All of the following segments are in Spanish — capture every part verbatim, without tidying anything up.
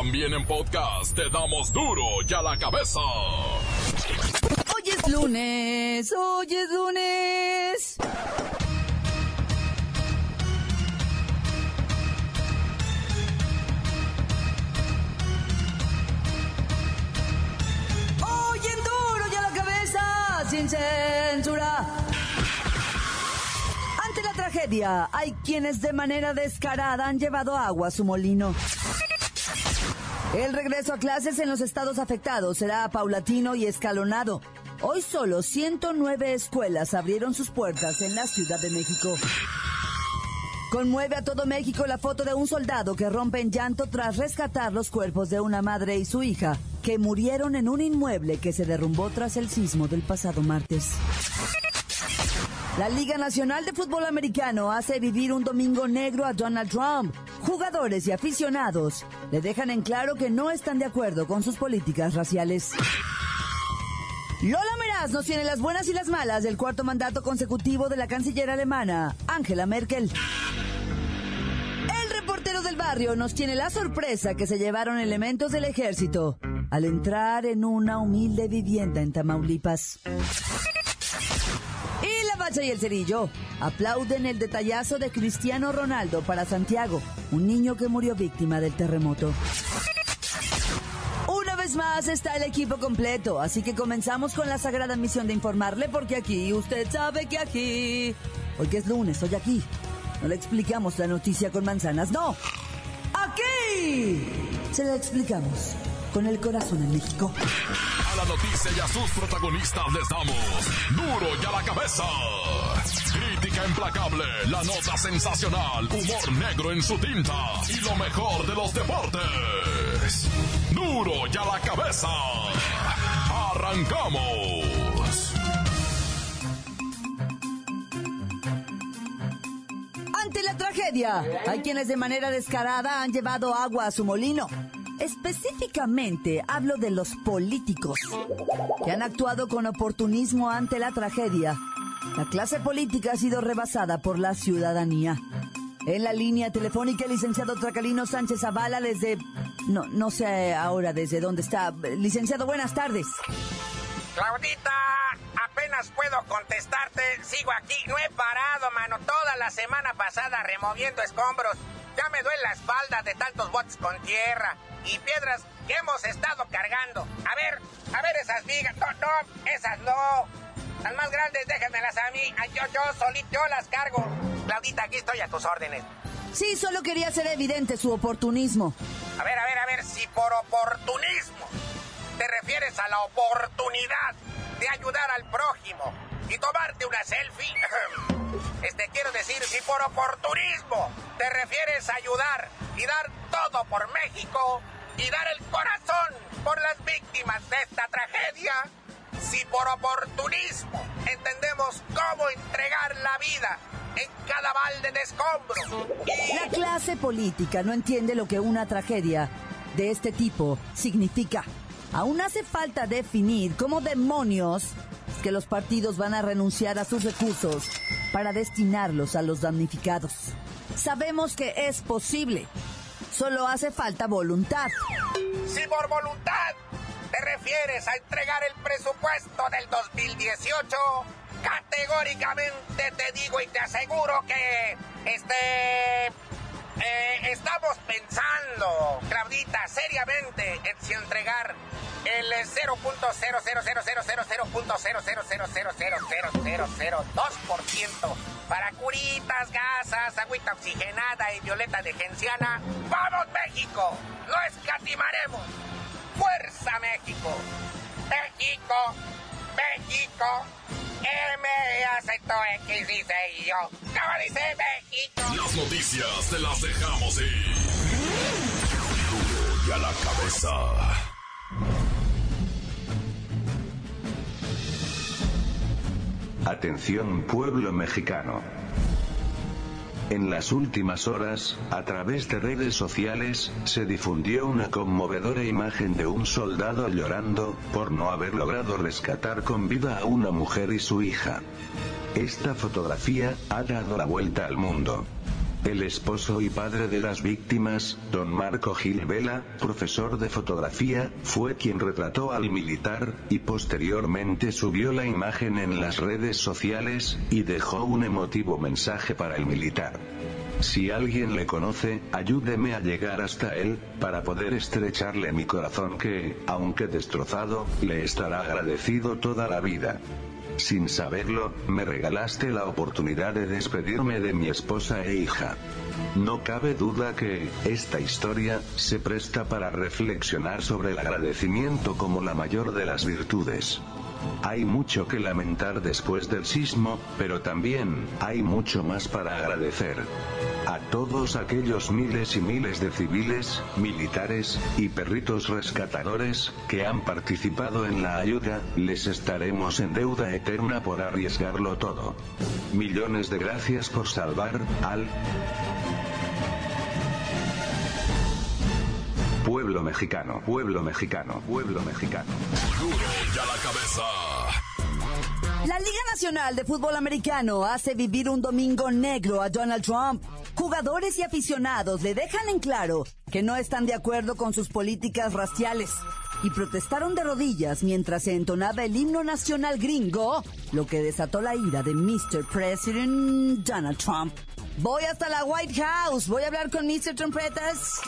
También en podcast te damos duro y a la cabeza. Hoy es lunes, hoy es lunes. Hoy en duro y a la cabeza, sin censura. Ante la tragedia, hay quienes de manera descarada han llevado agua a su molino. El regreso a clases en los estados afectados será paulatino y escalonado. Hoy solo ciento nueve escuelas abrieron sus puertas en la Ciudad de México. Conmueve a todo México la foto de un soldado que rompe en llanto tras rescatar los cuerpos de una madre y su hija, que murieron en un inmueble que se derrumbó tras el sismo del pasado martes. La Liga Nacional de Fútbol Americano hace vivir un domingo negro a Donald Trump. Jugadores y aficionados le dejan en claro que no están de acuerdo con sus políticas raciales. Lola Meraz nos tiene las buenas y las malas del cuarto mandato consecutivo de la canciller alemana, Angela Merkel. El reportero del barrio nos tiene la sorpresa que se llevaron elementos del ejército al entrar en una humilde vivienda en Tamaulipas. Y la Bacha y el Cerillo aplauden el detallazo de Cristiano Ronaldo para Santiago, un niño que murió víctima del terremoto. Una vez más está el equipo completo, así que comenzamos con la sagrada misión de informarle, porque aquí, usted sabe que aquí, hoy que es lunes, hoy aquí, no le explicamos la noticia con manzanas, no, aquí se la explicamos con el corazón en México. A la noticia y a sus protagonistas les damos duro y a la cabeza. Crítica implacable, la nota sensacional, humor negro en su tinta y lo mejor de los deportes. Duro y a la cabeza. ¡Arrancamos! Ante la tragedia, hay quienes de manera descarada han llevado agua a su molino. Específicamente hablo de los políticos, que han actuado con oportunismo ante la tragedia. La clase política ha sido rebasada por la ciudadanía. En la línea telefónica, el licenciado Tracalino Sánchez Zavala desde... No, no sé ahora desde dónde está. Licenciado, buenas tardes. Claudita, apenas puedo contestarte. Sigo aquí, no he parado, mano. Toda la semana pasada removiendo escombros. Ya me duele la espalda de tantos botes con tierra y piedras que hemos estado cargando. A ver, a ver esas vigas. No, no, esas no. Las más grandes déjenmelas a mí. Yo, yo solito, yo las cargo. Claudita, aquí estoy a tus órdenes. Sí, solo quería hacer evidente su oportunismo. A ver, a ver, a ver, si por oportunismo te refieres a la oportunidad de ayudar al prójimo y tomarte una selfie, este quiero decir, si por oportunismo te refieres a ayudar y dar todo por México y dar el corazón por las víctimas de esta tragedia, si por oportunismo entendemos cómo entregar la vida en cada balde de escombros y... La clase política no entiende lo que una tragedia de este tipo significa. Aún hace falta definir cómo demonios es que los partidos van a renunciar a sus recursos para destinarlos a los damnificados. Sabemos que es posible, solo hace falta voluntad. Si por voluntad te refieres a entregar el presupuesto del dos mil dieciocho, categóricamente te digo y te aseguro que este eh, estamos pensando, Claudita, seriamente en si entregar el cero punto cero cero cero cero cero cero punto cero cero cero cero cero cero cero cero dos por ciento para curitas, gasas, agüita oxigenada y violeta de genciana. ¡Vamos, México! ¡No escatimaremos! ¡Fuerza, México! ¡México! ¡México! M, acento X, dice yo. ¿Cómo dice México? Las noticias te las dejamos ir. Duro y a la cabeza. Atención, pueblo mexicano. En las últimas horas, a través de redes sociales, se difundió una conmovedora imagen de un soldado llorando, por no haber logrado rescatar con vida a una mujer y su hija. Esta fotografía ha dado la vuelta al mundo. El esposo y padre de las víctimas, don Marco Gil Vela, profesor de fotografía, fue quien retrató al militar, y posteriormente subió la imagen en las redes sociales, y dejó un emotivo mensaje para el militar. Si alguien le conoce, ayúdeme a llegar hasta él, para poder estrecharle mi corazón que, aunque destrozado, le estará agradecido toda la vida. Sin saberlo, me regalaste la oportunidad de despedirme de mi esposa e hija. No cabe duda que, esta historia, se presta para reflexionar sobre el agradecimiento como la mayor de las virtudes. Hay mucho que lamentar después del sismo, pero también, hay mucho más para agradecer. A todos aquellos miles y miles de civiles, militares, y perritos rescatadores, que han participado en la ayuda, les estaremos en deuda eterna por arriesgarlo todo. Millones de gracias por salvar al pueblo mexicano, pueblo mexicano, pueblo mexicano. Duro ya la cabeza. La Liga Nacional de Fútbol Americano hace vivir un domingo negro a Donald Trump. Jugadores y aficionados le dejan en claro que no están de acuerdo con sus políticas raciales y protestaron de rodillas mientras se entonaba el himno nacional gringo, lo que desató la ira de mister President Donald Trump. Voy hasta la White House, voy a hablar con mister Trompetas.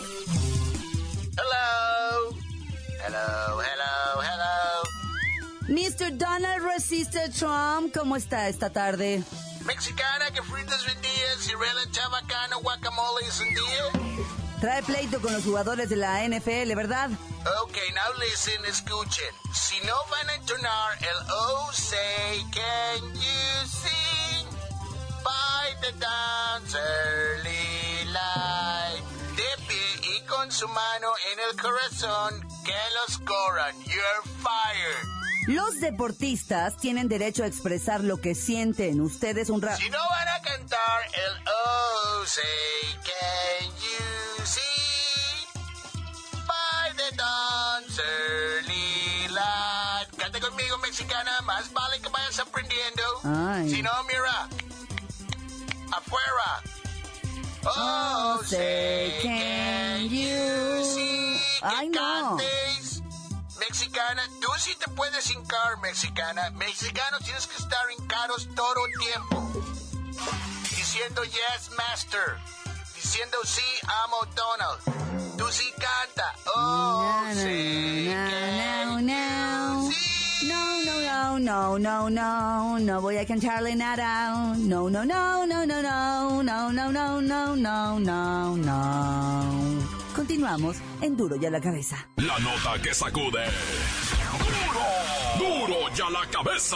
Hello. Hello, hello, hello. mister Donald Resiste Trump, ¿cómo está esta tarde? Mexicana, que fritas vendías, ciruela chabacano, guacamole y sandía. Trae pleito con los jugadores de la N F L, ¿verdad? Ok, now listen, escuchen. Si no van a entonar el Oh Say Can You Sing by the Dancerly Light, de pie y con su mano en el corazón, que los corran. You're fired. Los deportistas tienen derecho a expresar lo que sienten. Ustedes un ra... Si no van a cantar el Oh Say Can You See by the Dancerly Light. Canta conmigo, mexicana, más vale que vayas aprendiendo. Ay. Si no, mira, afuera. Oh, Oh, say can you... See que Ay, no. cantes. Mexicana, tú sí te puedes hincar, mexicana. Mexicanos tienes que estar hincados todo el tiempo. Diciendo yes, master. Diciendo sí, amo Donald. Tú sí canta. Oh, No, no, sí, no, can no, no. you see? No, no, no, no, no, no, no voy a cantarle nada. No, no, no, no, no, no, no, no, no, no, no, no, no. Continuamos en Duro y a la Cabeza. La nota que sacude. ¡Duro! ¡Duro y a la cabeza!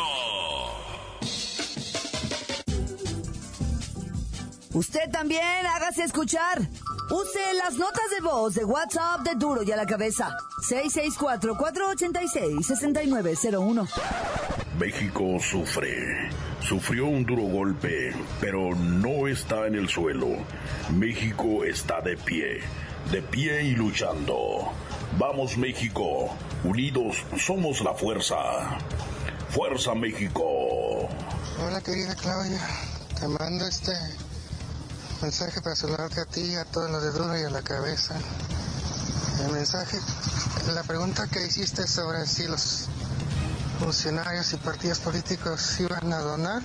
Usted también hágase escuchar. Use las notas de voz de WhatsApp de Duro y a la Cabeza. seis seis cuatro, cuatro ocho seis, seis nueve cero uno. México sufre. Sufrió un duro golpe, pero no está en el suelo. México está de pie. De pie y luchando. Vamos, México. Unidos somos la fuerza. ¡Fuerza, México! Hola, querida Claudia. Te mando este mensaje para saludarte a ti y a todos los de Duro y a la Cabeza. El mensaje, la pregunta que hiciste sobre si los funcionarios y partidos políticos iban a donar,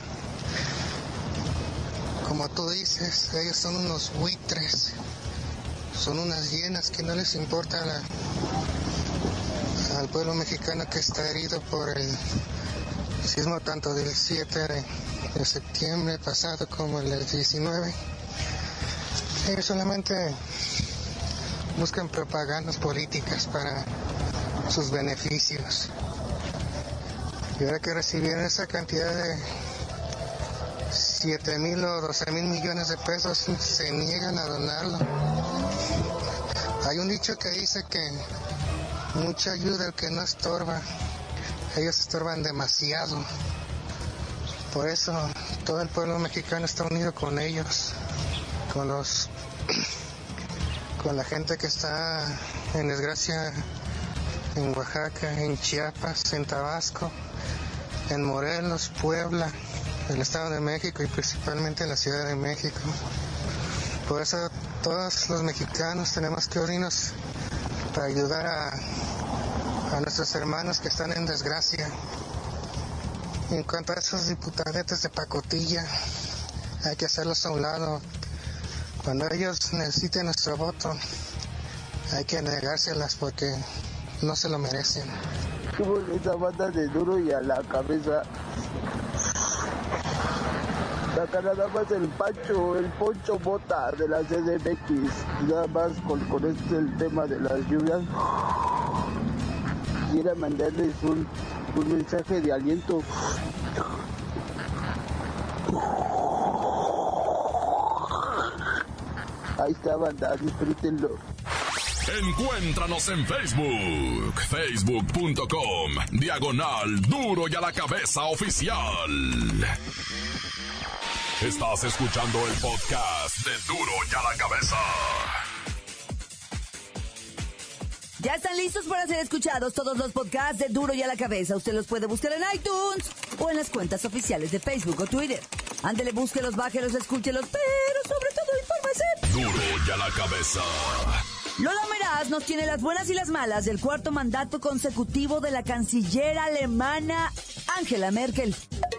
como tú dices, ellos son unos buitres, son unas hienas que no les importa a la, al pueblo mexicano que está herido por el sismo tanto del siete de, de septiembre pasado como el del diecinueve. Ellos solamente buscan propagandas políticas para sus beneficios. Y ahora que recibieron esa cantidad de siete mil o doce mil millones de pesos, se niegan a donarlo. Hay un dicho que dice que mucha ayuda al que no estorba. Ellos estorban demasiado. Por eso todo el pueblo mexicano está unido con ellos, con los con la gente que está en desgracia en Oaxaca, en Chiapas, en Tabasco, en Morelos, Puebla, el Estado de México y principalmente en la Ciudad de México. Por eso todos los mexicanos tenemos que unirnos para ayudar a, a nuestros hermanos que están en desgracia. En cuanto a esos diputadetes de pacotilla, hay que hacerlos a un lado. Cuando ellos necesiten nuestro voto, hay que negárselas porque no se lo merecen. Como esa banda de Duro y a la Cabeza. Acá nada más el Pancho, el Poncho Bota de la C D M X. Nada más con, con este el tema de las lluvias. Quisiera mandarles un, un mensaje de aliento. Ahí está, banda, disfrútenlo. Encuéntranos en Facebook, facebook punto com, diagonal Duro y a la Cabeza Oficial. Estás escuchando el podcast de Duro y a la Cabeza. Ya están listos para ser escuchados todos los podcasts de Duro y a la Cabeza. Usted los puede buscar en iTunes o en las cuentas oficiales de Facebook o Twitter. Ándele, búsquelos, bájelos, escúchelos, pero sobre todo infórmese. Duro y a la Cabeza. Lola Meraz nos tiene las buenas y las malas del cuarto mandato consecutivo de la canciller alemana Angela Merkel.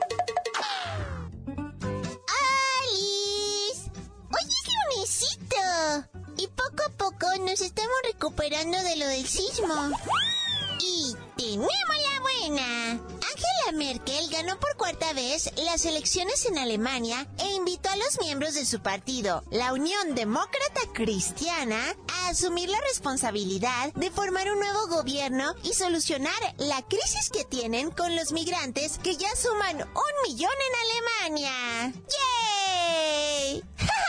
¡Alice! ¡Hoy es lunesito! Y poco a poco nos estamos recuperando de lo del sismo. Y tenemos la buena. Angela Merkel ganó por cuarta vez las elecciones en Alemania e invitó a los miembros de su partido, la Unión Demócrata Cristiana, a asumir la responsabilidad de formar un nuevo gobierno y solucionar la crisis que tienen con los migrantes que ya suman un millón en Alemania. ¡Yay!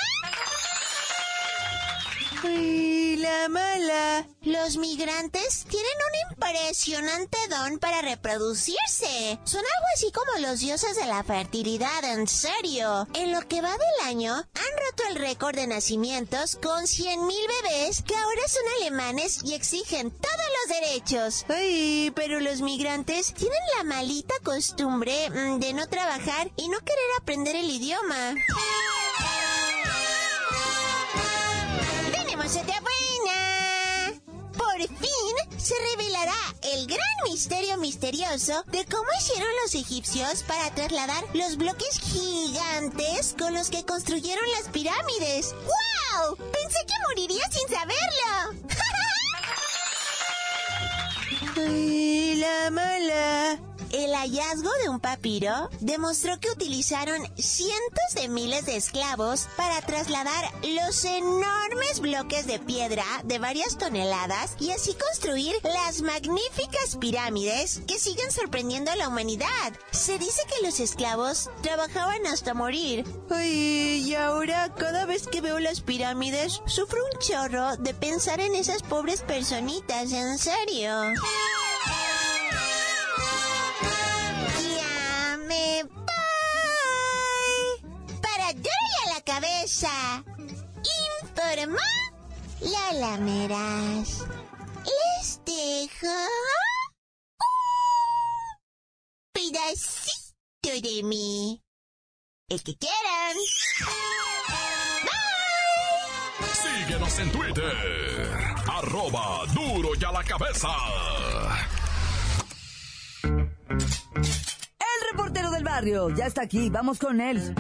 ¡Ay, la mala! Los migrantes tienen un impresionante don para reproducirse. Son algo así como los dioses de la fertilidad, en serio. En lo que va del año, han roto el récord de nacimientos con cien mil bebés que ahora son alemanes y exigen todos los derechos. Ay, pero los migrantes tienen la malita costumbre mm, de no trabajar y no querer aprender el idioma. ¡Tenemos otra buena! Por fin se revelará el gran misterio misterioso de cómo hicieron los egipcios para trasladar los bloques gigantes con los que construyeron las pirámides. ¡Wow! Pensé que moriría sin saberlo. ¡Ay, la mala! El hallazgo de un papiro demostró que utilizaron cientos de miles de esclavos para trasladar los enormes bloques de piedra de varias toneladas y así construir las magníficas pirámides que siguen sorprendiendo a la humanidad. Se dice que los esclavos trabajaban hasta morir. Ay, y ahora cada vez que veo las pirámides sufro un chorro de pensar en esas pobres personitas, en serio. Cabeza. Informó Lola Meraz. Les dejo un pedacito de mí. El que quieran. Bye. Síguenos en Twitter. Arroba Duro y a la Cabeza. El reportero del barrio ya está aquí. Vamos con él.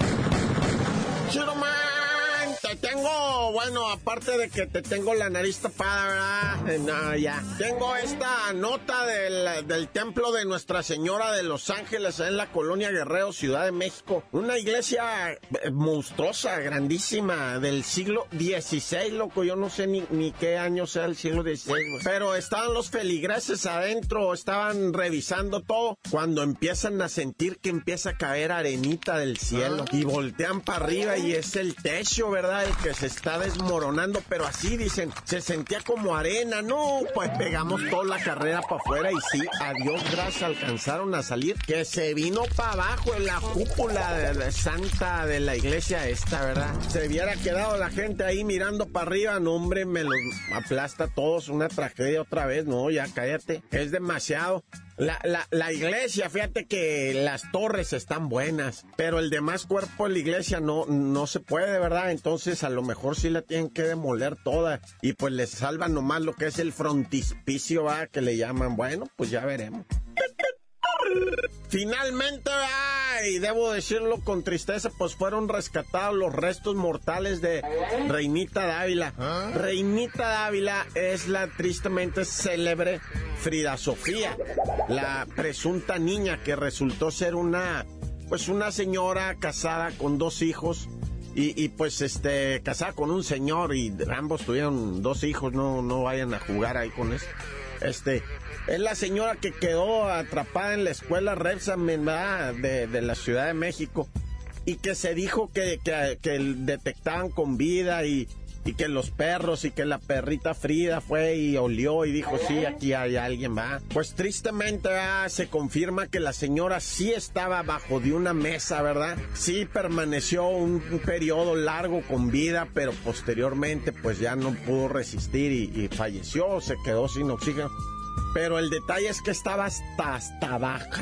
Chiroman, te tengo, bueno, aparte de que te tengo la nariz tapada, ¿verdad? No, ya. Tengo esta nota del, del templo de Nuestra Señora de Los Ángeles en la colonia Guerrero, Ciudad de México. Una iglesia monstruosa, grandísima, del siglo dieciséis, loco. Yo no sé ni, ni qué año sea el siglo dieciséis, güey. Pero estaban los feligreses adentro, estaban revisando todo, cuando empiezan a sentir que empieza a caer arenita del cielo. Y voltean para arriba y es el techo, ¿verdad? El que se está desmoronando, pero así dicen, se sentía como arena. No, pues pegamos toda la carrera para afuera y sí, adiós, gracias, alcanzaron a salir, que se vino para abajo en la cúpula de, de santa de la iglesia esta, ¿verdad? Se hubiera quedado la gente ahí mirando para arriba, no, hombre, me los aplasta a todos, una tragedia otra vez, no, ya cállate, es demasiado. La, la, la iglesia, fíjate que las torres están buenas, pero el demás cuerpo de la iglesia no, no se puede, ¿verdad? Entonces a lo mejor sí la tienen que demoler toda y pues les salvan nomás lo que es el frontispicio, ¿verdad? Que le llaman. Bueno, pues ya veremos. Finalmente, ay, debo decirlo con tristeza, pues fueron rescatados los restos mortales de Reinita Dávila. ¿Ah? Reinita Dávila es la tristemente célebre Frida Sofía, la presunta niña que resultó ser una, pues una señora casada con dos hijos y, y pues este, casada con un señor y ambos tuvieron dos hijos, no, no vayan a jugar ahí con eso. Este, es la señora que quedó atrapada en la escuela Repsamen de, de la Ciudad de México y que se dijo que, que, que detectaban con vida y, y que los perros y que la perrita Frida fue y olió y dijo, sí, aquí hay alguien, va. Pues tristemente ¿verdad? Se confirma que la señora sí estaba bajo de una mesa, ¿verdad? Sí permaneció un, un periodo largo con vida, pero posteriormente pues ya no pudo resistir y, y falleció, se quedó sin oxígeno. Pero el detalle es que estaba hasta, hasta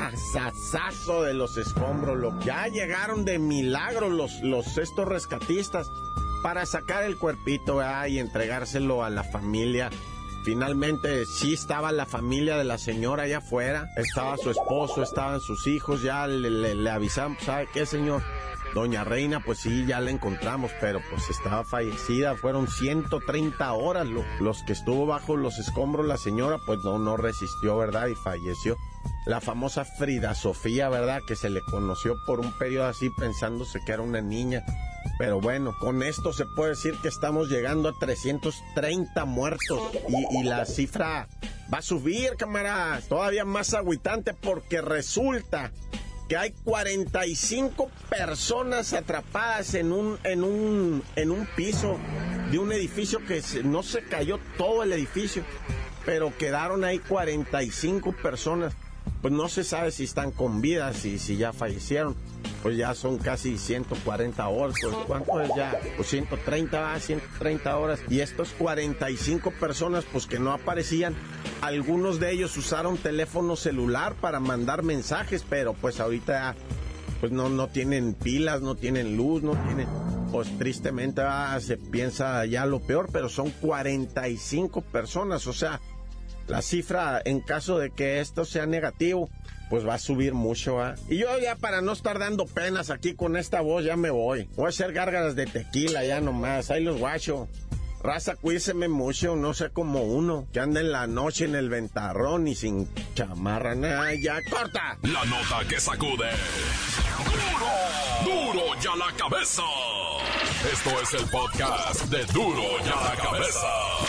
bajazazazo de los escombros. Lo, ya llegaron de milagro los, los estos rescatistas para sacar el cuerpito ¿verdad? Y entregárselo a la familia. Finalmente sí estaba la familia de la señora allá afuera, estaba su esposo, estaban sus hijos, ya le, le, le avisaron, ¿sabe qué, señor? Doña Reina, pues sí, ya la encontramos, pero pues estaba fallecida, fueron ciento treinta horas lo, los que estuvo bajo los escombros, la señora pues no, no resistió, ¿verdad? Y falleció. La famosa Frida Sofía, ¿verdad? Que se le conoció por un periodo así pensándose que era una niña. Pero bueno, con esto se puede decir que estamos llegando a trescientos treinta muertos y, y la cifra va a subir, camaradas, todavía más agüitante porque resulta que hay cuarenta y cinco personas atrapadas en un, en un, en un piso de un edificio que se, no se cayó todo el edificio, pero quedaron ahí cuarenta y cinco personas. Pues no se sabe si están con vida, si, si ya fallecieron. Pues ya son casi ciento cuarenta horas. Pues, ¿cuánto es ya? Pues ciento treinta, ciento treinta horas. Y estos cuarenta y cinco personas, pues que no aparecían. Algunos de ellos usaron teléfono celular para mandar mensajes, pero pues ahorita pues no, no tienen pilas, no tienen luz, no tienen... Pues tristemente ah, se piensa ya lo peor, pero son cuarenta y cinco personas. O sea, la cifra en caso de que esto sea negativo, pues va a subir mucho, ¿eh? Y yo ya para no estar dando penas aquí con esta voz ya me voy. Voy a hacer gárgaras de tequila ya nomás, ahí los guacho. Raza, cuídeseme mucho, no sé como uno, que anda en la noche en el ventarrón y sin chamarra, nada, ya, ¡corta! La nota que sacude. ¡Duro! ¡Duro ya la cabeza! Esto es el podcast de Duro ya la cabeza.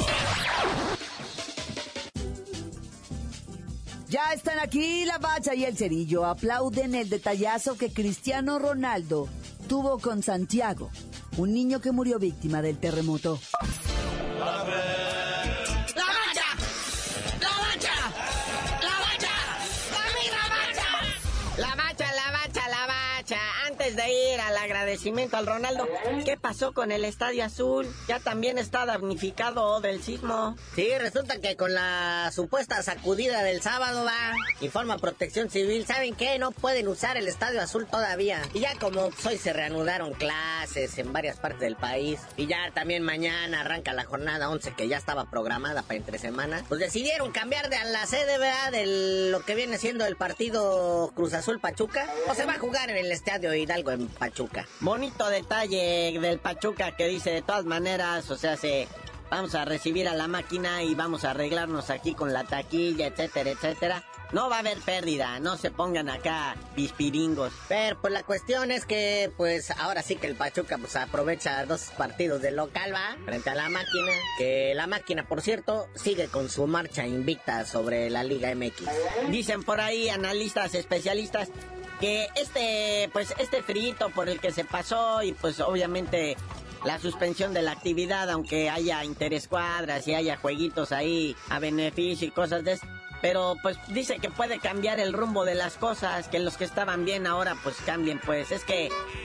Ya están aquí la Bacha y el Cerillo. Aplauden el detallazo que Cristiano Ronaldo tuvo con Santiago, un niño que murió víctima del terremoto. ¡La Bacha! ¡La Bacha! ¡La Bacha! ¡La misma Bacha! La Bacha, la Bacha, la Bacha. Antes de ir al agradecimiento al Ronaldo, ¿qué pasó con el Estadio Azul? Ya también está damnificado del sismo. Sí, resulta que con la supuesta sacudida del sábado, va, informa Protección Civil, ¿saben qué? No pueden usar el Estadio Azul todavía. Y ya como hoy se reanudaron clases en varias partes del país, y ya también mañana arranca la jornada once que ya estaba programada para entre semana, pues decidieron cambiar de a la sede, ¿verdad? De lo que viene siendo el partido Cruz Azul Pachuca, o se va a jugar en el Estadio Hidalgo en Pachuca. Bonito detalle del Pachuca que dice, de todas maneras, o sea, se... vamos a recibir a la máquina y vamos a arreglarnos aquí con la taquilla, etcétera, etcétera. No va a haber pérdida, no se pongan acá pispiringos. Pero pues la cuestión es que, pues ahora sí que el Pachuca pues aprovecha dos partidos de local, va, frente a la máquina. Que la máquina, por cierto, sigue con su marcha invicta sobre la Liga M X. Dicen por ahí analistas, especialistas, que este, pues este frito por el que se pasó y pues obviamente la suspensión de la actividad, aunque haya interescuadras y haya jueguitos ahí a beneficio y cosas de eso, pero pues dice que puede cambiar el rumbo de las cosas, que los que estaban bien ahora pues cambien, pues es que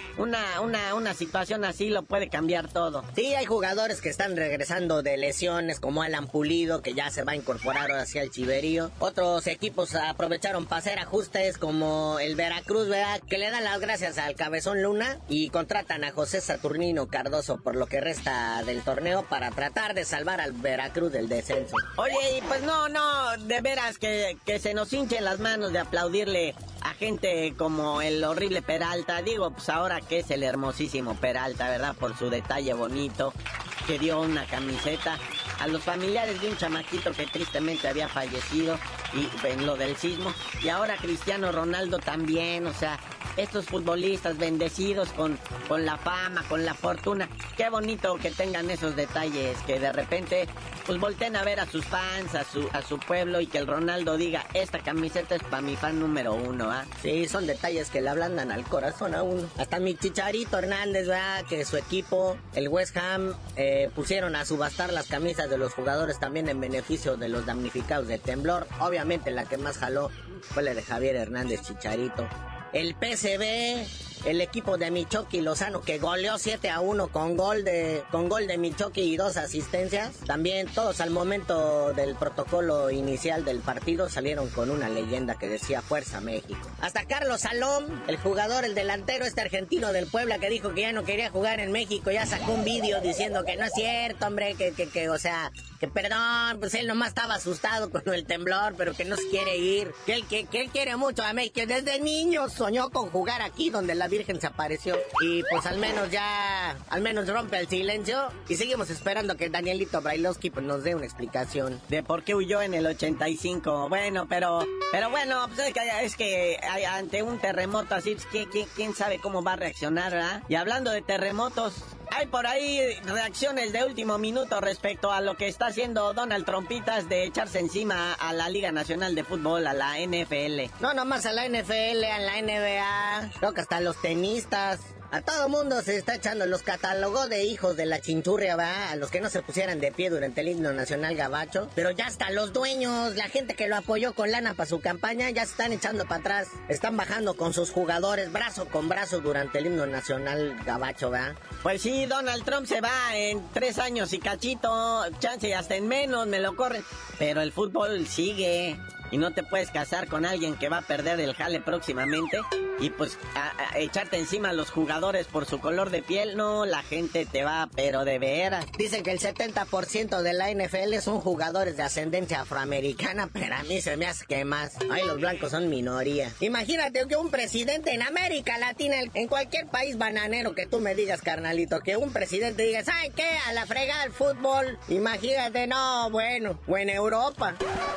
una, una, una situación así lo puede cambiar todo. Sí, hay jugadores que están regresando de lesiones, como Alan Pulido, que ya se va a incorporar hacia el Chiverío. Otros equipos aprovecharon para hacer ajustes, como el Veracruz, ¿verdad? Que le dan las gracias al Cabezón Luna y contratan a José Saturnino Cardoso por lo que resta del torneo para tratar de salvar al Veracruz del descenso. Oye, y pues no, no, de veras que, que se nos hinchen las manos de aplaudirle a gente como el horrible Peralta. Digo, pues ahora que es el hermosísimo Peralta, ¿verdad? Por su detalle bonito, que dio una camiseta a los familiares de un chamaquito que tristemente había fallecido y en lo del sismo. Y ahora Cristiano Ronaldo también, o sea, estos futbolistas bendecidos con, con la fama, con la fortuna. Qué bonito que tengan esos detalles, que de repente pues volteen a ver a sus fans, a su, a su pueblo, y que el Ronaldo diga, esta camiseta es para mi fan número uno, ¿ah? Sí, son detalles que le ablandan al corazón a uno. Hasta mi Chicharito Hernández, ¿verdad? Que su equipo, el West Ham, eh, pusieron a subastar las camisas de los jugadores también en beneficio de los damnificados del temblor. Obviamente la que más jaló fue la de Javier Hernández Chicharito. El P S V, el equipo de Michoki Lozano, que goleó siete a uno con gol de con gol de Michoki y dos asistencias. También todos al momento del protocolo inicial del partido salieron con una leyenda que decía Fuerza México. Hasta Carlos Salom, el jugador, el delantero este argentino del Puebla, que dijo que ya no quería jugar en México, ya sacó un vídeo diciendo que no es cierto, hombre, que, que, que, o sea, que perdón, pues él nomás estaba asustado con el temblor, pero que no se quiere ir, que él, que, que él quiere mucho a México, desde niño soñó con jugar aquí donde la Virgen se apareció, y pues al menos ya, al menos rompe el silencio, y seguimos esperando que Danielito Brailovsky pues nos dé una explicación de por qué huyó en el ochenta y cinco. Bueno, pero, pero bueno, pues es que, es que ante un terremoto así, pues, ¿quién, quién, quién sabe cómo va a reaccionar, ¿verdad? Y hablando de terremotos, hay por ahí reacciones de último minuto respecto a lo que está haciendo Donald Trumpitas de echarse encima a la Liga Nacional de Fútbol, a la N F L. No nomás a la N F L, a la N B A, creo que hasta los tenistas. A todo mundo se está echando, los catálogos de hijos de la chinchurria, va, a los que no se pusieran de pie durante el himno nacional gabacho. Pero ya hasta los dueños, la gente que lo apoyó con lana para su campaña, ya se están echando para atrás. Están bajando con sus jugadores brazo con brazo durante el himno nacional gabacho, va. Pues sí, Donald Trump se va en tres años y cachito, chance y hasta en menos, me lo corren. Pero el fútbol sigue. Y no te puedes casar con alguien que va a perder el jale próximamente y pues a, a echarte encima a los jugadores por su color de piel. No, la gente te va, pero de veras. Dicen que el setenta por ciento de la N F L son jugadores de ascendencia afroamericana, pero a mí se me hace que más. Ay, los blancos son minoría. Imagínate que un presidente en América Latina, en cualquier país bananero que tú me digas, carnalito, que un presidente diga, ¿sabes qué? A la fregada el fútbol. Imagínate, no, bueno, o en Europa.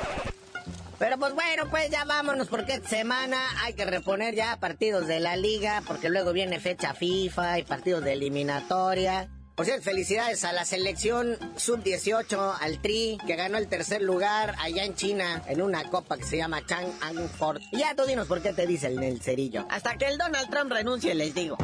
Pero pues bueno, pues ya vámonos, porque esta semana hay que reponer ya partidos de la liga, porque luego viene fecha FIFA y partidos de eliminatoria. Por cierto, felicidades a la selección sub dieciocho, al Tri, que ganó el tercer lugar allá en China, en una copa que se llama Chang'an Ford. Y ya tú dinos por qué te dicen el cerillo. Hasta que el Donald Trump renuncie, les digo.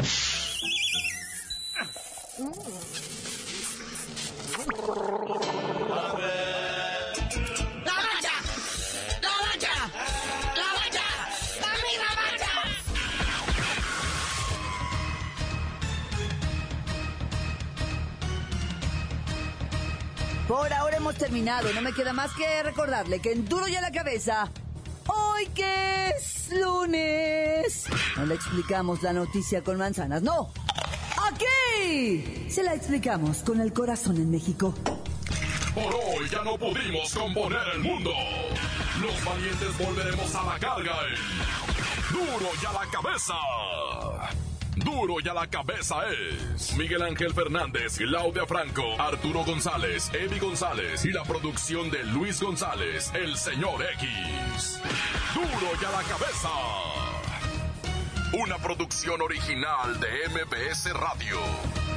Por ahora hemos terminado, no me queda más que recordarle que en Duro y a la Cabeza, hoy que es lunes, no le explicamos la noticia con manzanas, no, aquí se la explicamos con el corazón en México. Por hoy ya no pudimos componer el mundo, los valientes volveremos a la carga en Duro y a la Cabeza. Duro y a la Cabeza es Miguel Ángel Fernández, Claudia Franco, Arturo González, Eddie González y la producción de Luis González, el señor X. Duro y a la Cabeza. Una producción original de M B S Radio.